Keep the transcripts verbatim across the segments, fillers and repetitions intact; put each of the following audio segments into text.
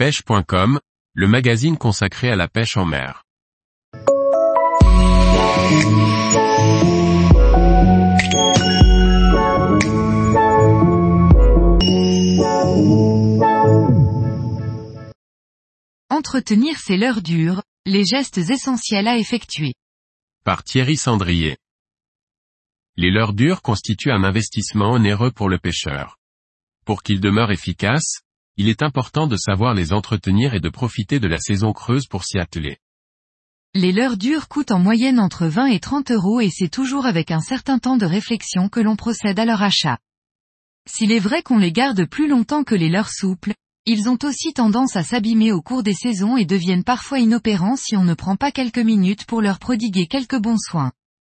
pêche point com, le magazine consacré à la pêche en mer. Entretenir ses leurres dures, les gestes essentiels à effectuer. Par Thierry Sandrier. Les leurres dures constituent un investissement onéreux pour le pêcheur. Pour qu'ils demeurent efficaces, il est important de savoir les entretenir et de profiter de la saison creuse pour s'y atteler. Les leurres dures coûtent en moyenne entre vingt et trente euros et c'est toujours avec un certain temps de réflexion que l'on procède à leur achat. S'il est vrai qu'on les garde plus longtemps que les leurres souples, ils ont aussi tendance à s'abîmer au cours des saisons et deviennent parfois inopérants si on ne prend pas quelques minutes pour leur prodiguer quelques bons soins.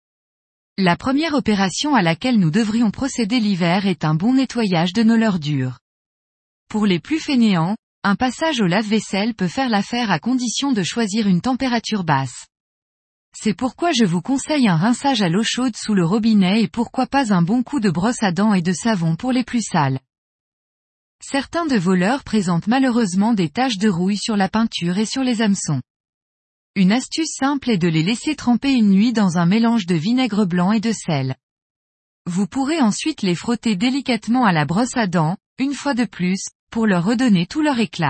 La première opération à laquelle nous devrions procéder l'hiver est un bon nettoyage de nos leurres dures. Pour les plus fainéants, un passage au lave-vaisselle peut faire l'affaire à condition de choisir une température basse. C'est pourquoi je vous conseille un rinçage à l'eau chaude sous le robinet et pourquoi pas un bon coup de brosse à dents et de savon pour les plus sales. Certains de vos leurres présentent malheureusement des taches de rouille sur la peinture et sur les hameçons. Une astuce simple est de les laisser tremper une nuit dans un mélange de vinaigre blanc et de sel. Vous pourrez ensuite les frotter délicatement à la brosse à dents, une fois de plus, pour leur redonner tout leur éclat.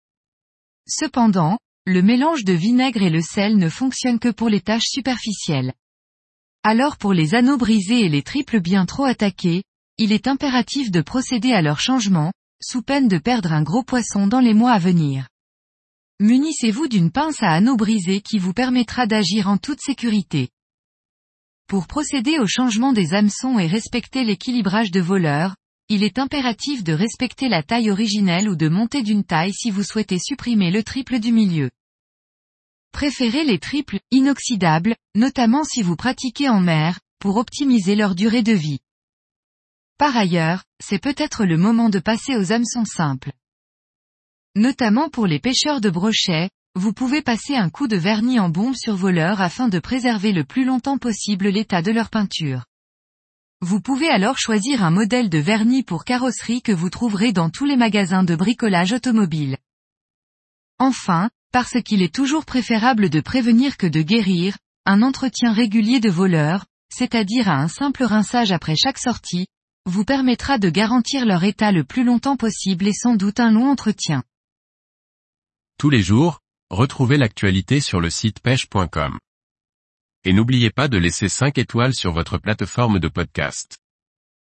Cependant, le mélange de vinaigre et le sel ne fonctionne que pour les taches superficielles. Alors pour les anneaux brisés et les triples bien trop attaqués, il est impératif de procéder à leur changement, sous peine de perdre un gros poisson dans les mois à venir. Munissez-vous d'une pince à anneaux brisés qui vous permettra d'agir en toute sécurité. Pour procéder au changement des hameçons et respecter l'équilibrage de vos leurres, il est impératif de respecter la taille originelle ou de monter d'une taille si vous souhaitez supprimer le triple du milieu. Préférez les triples, inoxydables, notamment si vous pratiquez en mer, pour optimiser leur durée de vie. Par ailleurs, c'est peut-être le moment de passer aux hameçons simples. Notamment pour les pêcheurs de brochet, vous pouvez passer un coup de vernis en bombe sur vos leurres afin de préserver le plus longtemps possible l'état de leur peinture. Vous pouvez alors choisir un modèle de vernis pour carrosserie que vous trouverez dans tous les magasins de bricolage automobile. Enfin, parce qu'il est toujours préférable de prévenir que de guérir, un entretien régulier de vos leurres, c'est-à-dire à un simple rinçage après chaque sortie, vous permettra de garantir leur état le plus longtemps possible et sans doute un long entretien. Tous les jours, retrouvez l'actualité sur le site pêche point com. Et n'oubliez pas de laisser cinq étoiles sur votre plateforme de podcast.